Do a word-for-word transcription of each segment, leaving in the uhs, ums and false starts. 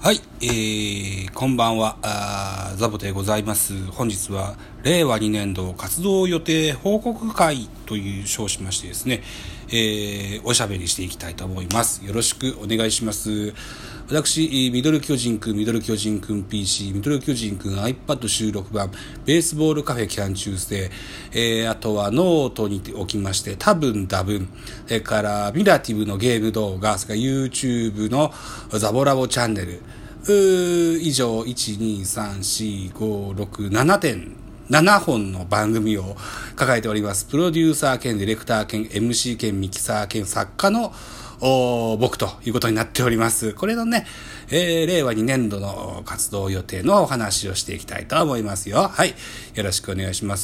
はい、えー、こんばんは、あザボでございます。本日はれいわにねんど活動予定報告会という称しましてですね、えー、おしゃべりしていきたいと思います。よろしくお願いします。私、ミドル巨人くん、ミドル巨人くん ピーシー、ミドル巨人くん iPad 収録版、ベースボールカフェキャン中世、えー、あとはノートにおきまして、多分多分、それからミラティブのゲーム動画、それから YouTube のザボラボチャンネル、以上、いち、に、さん、よん、ご、ろく、ななてん、ななほんの番組を抱えております。プロデューサー兼ディレクター兼 エムシー 兼ミキサー兼作家の僕ということになっております。これのね、えー、れいわにねんどの活動予定のお話をしていきたいと思いますよ。はい。よろしくお願いします。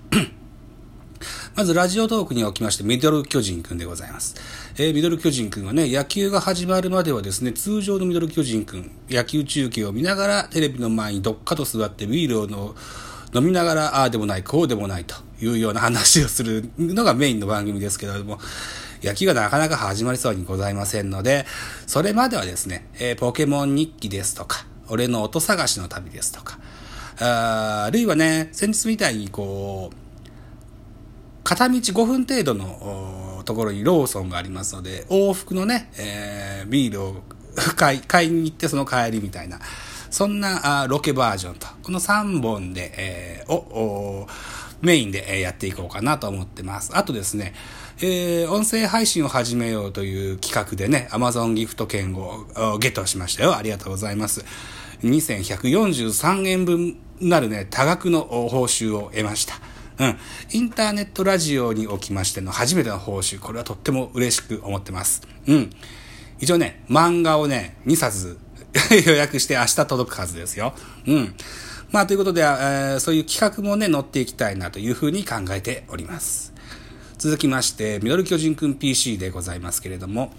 まずラジオトークにおきましてミドル巨人くんでございます。えー、ミドル巨人くんはね、野球が始まるまではですね、通常のミドル巨人くん、野球中継を見ながらテレビの前にどっかと座ってビールをの飲みながら、ああでもない、こうでもないというような話をするのがメインの番組ですけれども、野球がなかなか始まりそうにございませんので、それまではですね、えー、ポケモン日記ですとか、俺の音探しの旅ですとか、あ, あるいはね、先日みたいにこう、片道ごふん程度のところにローソンがありますので、往復のね、えー、ビールを買い、買いに行ってその帰りみたいな、そんなロケバージョンと、このさんぼんで、えー、をメインでやっていこうかなと思ってます。あとですね、えー、音声配信を始めようという企画でね、Amazon ギフト券をゲットしましたよ。ありがとうございます。にせんひゃくよんじゅうさんえんぶんなるね、多額の報酬を得ました。うん。インターネットラジオにおきましての初めての報酬、これはとっても嬉しく思ってます。うん。一応ね、漫画をね、にさつ予約して明日届くはずですよ。うん。まあということで、えー、そういう企画もね、乗っていきたいなというふうに考えております。続きまして、ミドル巨人くん ピーシー でございますけれども、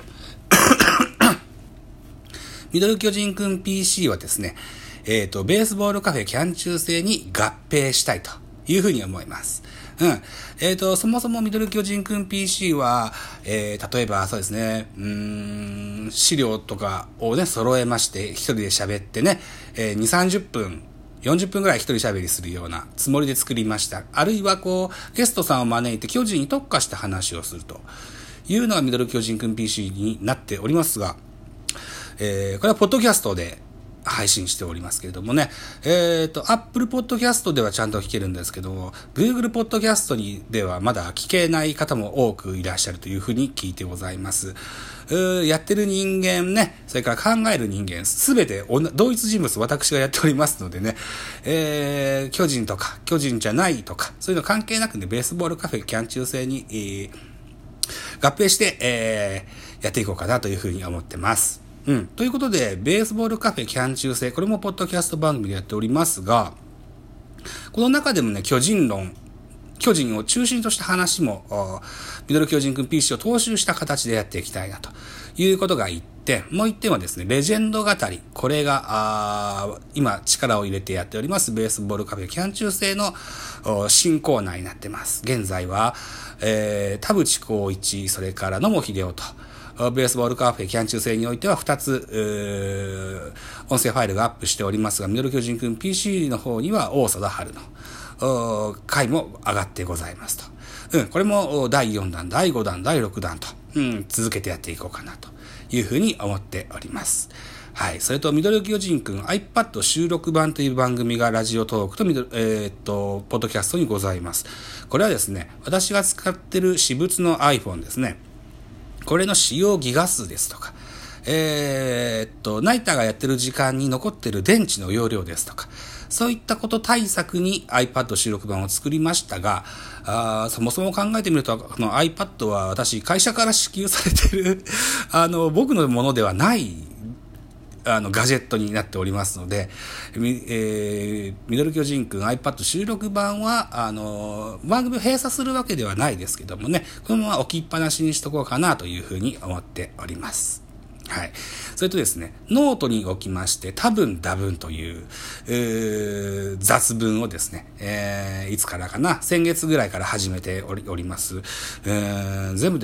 ミドル巨人くん ピーシー はですね、えっと、ベースボールカフェキャン中世に合併したいというふうに思います。うん。えっと、そもそもミドル巨人くん ピーシー は、えー、例えばそうですね、うーん、資料とかをね、揃えまして、一人で喋ってね、えー、に、さんじゅっぷん、よんじゅっぷんぐらい一人喋りするようなつもりで作りました。あるいはこう、ゲストさんを招いて巨人に特化した話をするというのがミドル巨人くん ピーシー になっておりますが、えー、これはポッドキャストで配信しておりますけれどもね。えっと、Apple Podcast ではちゃんと聞けるんですけども、Google Podcast にではまだ聞けない方も多くいらっしゃるというふうに聞いてございます。やってる人間ね、それから考える人間、すべて同一人物私がやっておりますのでね、えー、巨人とか、巨人じゃないとか、そういうの関係なくね、ベースボールカフェキャン中世に、えー、合併して、えー、やっていこうかなというふうに思ってます。うん。ということで、ベースボールカフェキャン中世、これもポッドキャスト番組でやっておりますが、この中でもね、巨人論、巨人を中心とした話も、ミドル巨人くん ピーシー を踏襲した形でやっていきたいなということが一点。もう一点はですね、レジェンド語り。これが、あ今力を入れてやっております、ベースボールカフェキャン中世の新コーナーになってます。現在は、えー、田淵光一、それから野茂英雄と、ベースボールカフェキャン中世においてはふたつ、音声ファイルがアップしておりますが、ミドル巨人くん ピーシー の方には王貞治の回も上がってございますと。うん、これもだいよんだん、だいごだん、だいろくだんと、うん、続けてやっていこうかなというふうに思っております。はい。それと、ミドル巨人くん iPad 収録版という番組がラジオトークとミドル、えー、っと、ポッドキャストにございます。これはですね、私が使っている私物の iPhone ですね。これの使用ギガ数ですとか、えー、っと、ナイターがやってる時間に残ってる電池の容量ですとか、そういったこと対策に iPad 収録版を作りましたが、あそもそも考えてみると、この iPad は私、会社から支給されてる、あの、僕のものではない、あの、ガジェットになっておりますので、えー、ミドル巨人くん iPad 収録版は、あの、番組を閉鎖するわけではないですけどもね、このまま置きっぱなしにしとこうかなというふうに思っております。はい。それとですね、ノートにおきまして、多分多分という、えー、雑文をですね、えー、いつからかな、先月ぐらいから始めており、おります。えー、全部で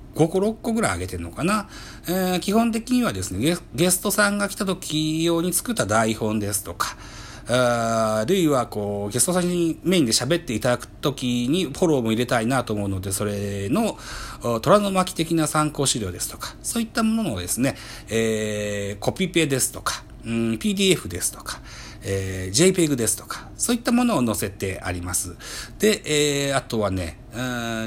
ごころっこぐらい上げてるのかな、えー、基本的にはですねゲ、ゲストさんが来た時用に作った台本ですとか、あ, あるいはこうゲストさんにメインで喋っていただくときにフォローも入れたいなと思うので、それの虎の巻的な参考資料ですとか、そういったものをですね、えー、コピペですとか、うん、ピーディーエフ ですとか、えー、JPEG ですとか、そういったものを載せてあります。で、えー、あとはね、うん、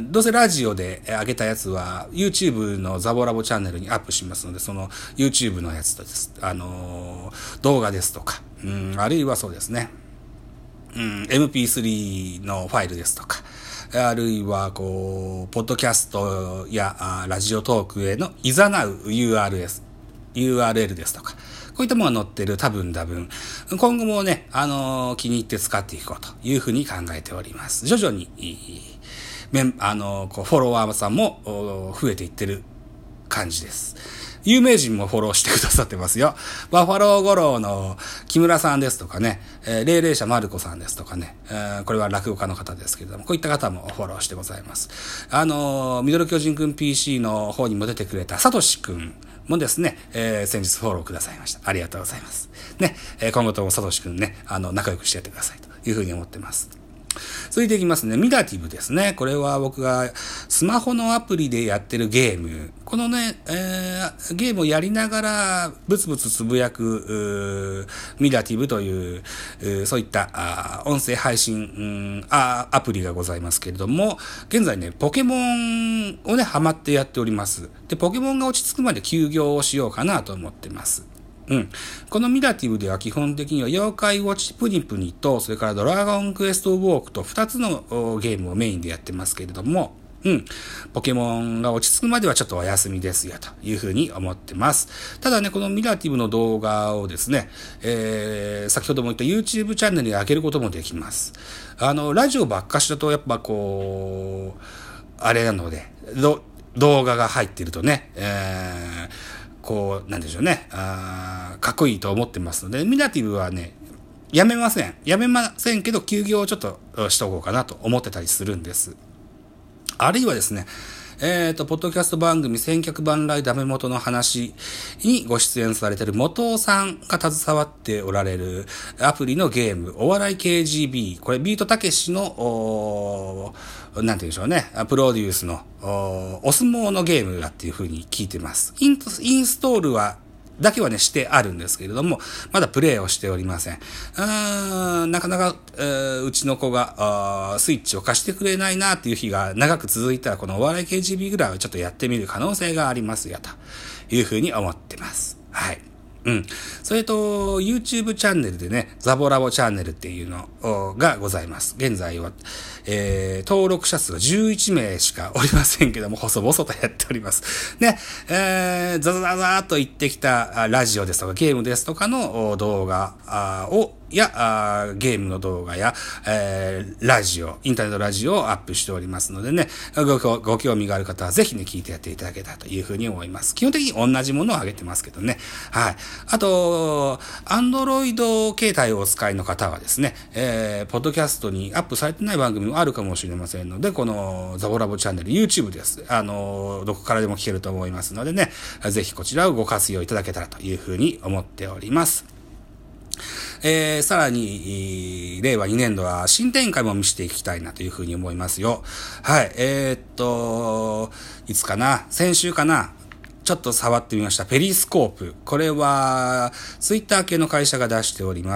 どうせラジオで上げたやつは YouTube のザボラボチャンネルにアップしますので、その YouTube のやつとです、あのー、動画ですとか、うん、あるいはそうですね、うん、エムピースリー のファイルですとか、あるいはこうポッドキャストやラジオトークへのいざなう ユーアールエス、ユーアールエル ですとか、こういったものが載ってる多分多分、今後もね、あのー、気に入って使っていこうというふうに考えております。徐々に、メンあのー、こうフォロワーさんも増えていってる感じです。有名人もフォローしてくださってますよ。バッファロー五郎の木村さんですとかね、えー、霊霊者マルコさんですとかね、えー、これは落語家の方ですけれども、こういった方もフォローしてございます。あのー、ミドル巨人くん ピーシー の方にも出てくれたサトシくんもですね、えー、先日フォローくださいました。ありがとうございます。ね、えー、今後ともサトシくんね、あの、仲良くしてやってくださいというふうに思ってます。続いていきますね。ミダティブですね。これは僕がスマホのアプリでやってるゲーム。このね、えー、ゲームをやりながらブツブツつぶやくミダティブというそういった音声配信アプリがございますけれども、現在ね、ポケモンをね、ハマってやっております。で、ポケモンが落ち着くまで休業をしようかなと思ってます。うん。このミダティブでは基本的には妖怪ウォッチプニプニと、それからドラゴンクエストウォークとふたつのゲームをメインでやってますけれども、うん。ポケモンが落ち着くまではちょっとお休みですよというふうに思ってます。ただね、このミダティブの動画をですね、えー、先ほども言った YouTube チャンネルに上げることもできます。あの、ラジオばっかしだとやっぱこう、あれなので、動画が入ってるとね、えーこう、なんでしょうね。あかっこいいと思ってますので、ミダティブはね、やめません。やめませんけど、休業をちょっとしとこうかなと思ってたりするんです。あるいはですね、えっと、ポッドキャスト番組千客万来ダメ元の話にご出演されている元尾さんが携わっておられるアプリのゲーム、お笑い ケージービー。これビートたけしの、なんて言うんでしょうね、プロデュースのお相撲のゲームだっていう風に聞いてます。イン、インストールはだけはね、してあるんですけれども、まだプレイをしておりません。あなかなか、えー、うちの子がスイッチを貸してくれないなっていう日が長く続いたら、このお笑い ケージービー ぐらいはちょっとやってみる可能性がありますよ、というふうに思ってます。はい。うん。それと、YouTube チャンネルでね、ザボラボチャンネルっていうのがございます。現在は、えー、登録者数がじゅういちめいしかおりませんけども、細々とやっております。ね、えー、ザザザザーっと言ってきたラジオですとか、ゲームですとかの動画を、やあゲームの動画や、えー、ラジオ、インターネットラジオをアップしておりますのでね、ご, ご興味がある方はぜひね、聞いてやっていただけたらというふうに思います。基本的に同じものを上げてますけどね。はい。あと、アンドロイド携帯をお使いの方はですね、えー、ポッドキャストにアップされてない番組もあるかもしれませんので、このザボラボチャンネル、YouTube です。あの、どこからでも聞けると思いますのでね、ぜひこちらをご活用いただけたらというふうに思っております。えー、さらに、れいわにねんどは新展開も見せていきたいなというふうに思いますよ。はい。えー、っと、いつかな先週かなちょっと触ってみました。ペリスコープ。これは、ツイッター系の会社が出しております、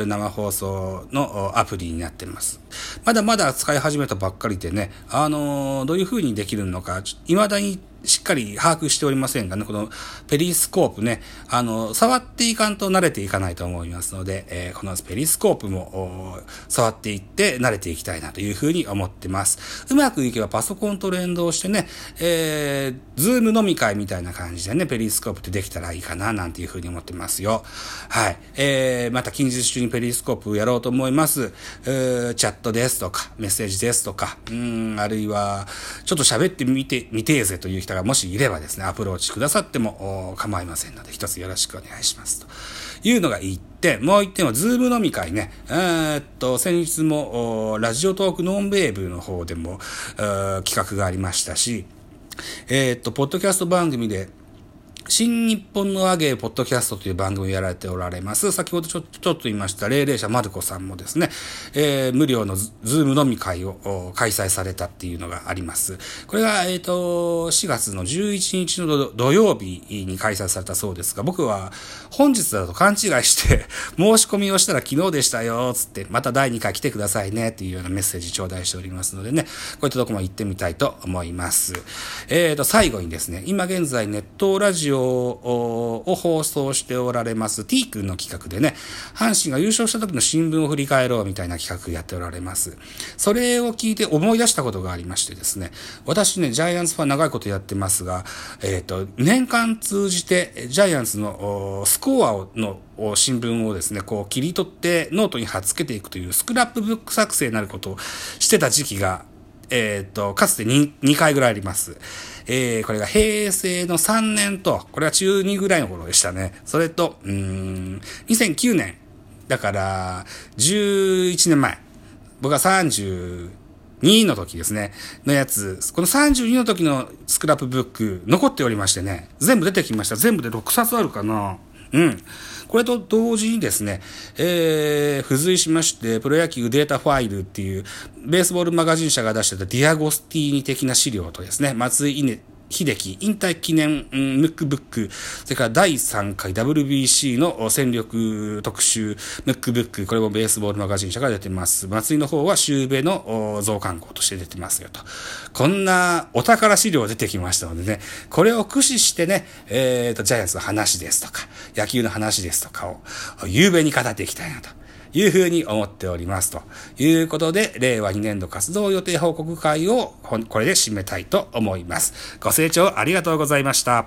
生放送のアプリになっています。まだまだ使い始めたばっかりでね、あのー、どういう風にできるのか、未だにしっかり把握しておりませんがね、このペリスコープね、あの、触っていかんと慣れていかないと思いますので、えー、このペリスコープも触っていって慣れていきたいなというふうに思ってます。うまくいけばパソコンと連動してね、えー、ズーム飲み会みたいな感じでね、ペリスコープってできたらいいかななんていうふうに思ってますよ。はい。えー、また近日中にペリスコープやろうと思います。えー、チャットですとか、メッセージですとか、うーん、あるいは、ちょっと喋ってみて、みてえぜという人がもしいればですね、アプローチくださっても構いませんので、一つよろしくお願いしますというのが一点。もう一点はズーム飲み会ね。えー、っと先日もラジオトークノンベーブの方でも企画がありましたし、 えー、っと、ポッドキャスト番組で、新日本のアゲーポッドキャストという番組をやられておられます。先ほどちょ、ちょっと言いました、霊霊者マルコさんもですね、えー、無料のズーム飲み会を開催されたっていうのがあります。これが、えっと、しがつのじゅういちにちの土曜日に開催されたそうですが、僕は本日だと勘違いして申し込みをしたら昨日でしたよ、つって、まただいにかい来てくださいね、っていうようなメッセージ頂戴しておりますのでね、こういったところも行ってみたいと思います。えっと、最後にですね、今現在ネットラジオを放送しておられます T 君の企画でね、阪神が優勝した時の新聞を振り返ろうみたいな企画やっておられます。それを聞いて思い出したことがありましてですね、私ね、ジャイアンツファン長いことやってますが、えっと、年間通じてジャイアンツのスコアの新聞をですね、こう切り取ってノートに貼っ付けていくというスクラップブック作成になることをしてた時期がえっと、かつて 2, 2回ぐらいあります。えー、これが平成のさんねんと、これは中にぐらいの頃でしたね。それと、うーん、にせんきゅうねん。だから、じゅういちねんまえ。僕がさんじゅうにの時ですね、のやつ。このさんじゅうにの時のスクラップブック、残っておりましてね、全部出てきました。全部でろくさつあるかな。うん。これと同時にですね、えー、付随しまして、プロ野球データファイルっていう、ベースボールマガジン社が出してたディアゴスティーニ的な資料とですね、松井秀喜引退記念、うん、ムックブック、それからだいさんかい ダブリュービーシー の戦力特集ムックブック、これもベースボールマガジン社が出てます。松井の方は終米の増刊号として出てますよと。こんなお宝資料出てきましたのでね、これを駆使してね、えーと、ジャイアンツの話ですとか、野球の話ですとかを雄弁に語っていきたいなと。いうふうに思っております。ということで、れいわにねんど活動予定報告会をこれで締めたいと思います。ご清聴ありがとうございました。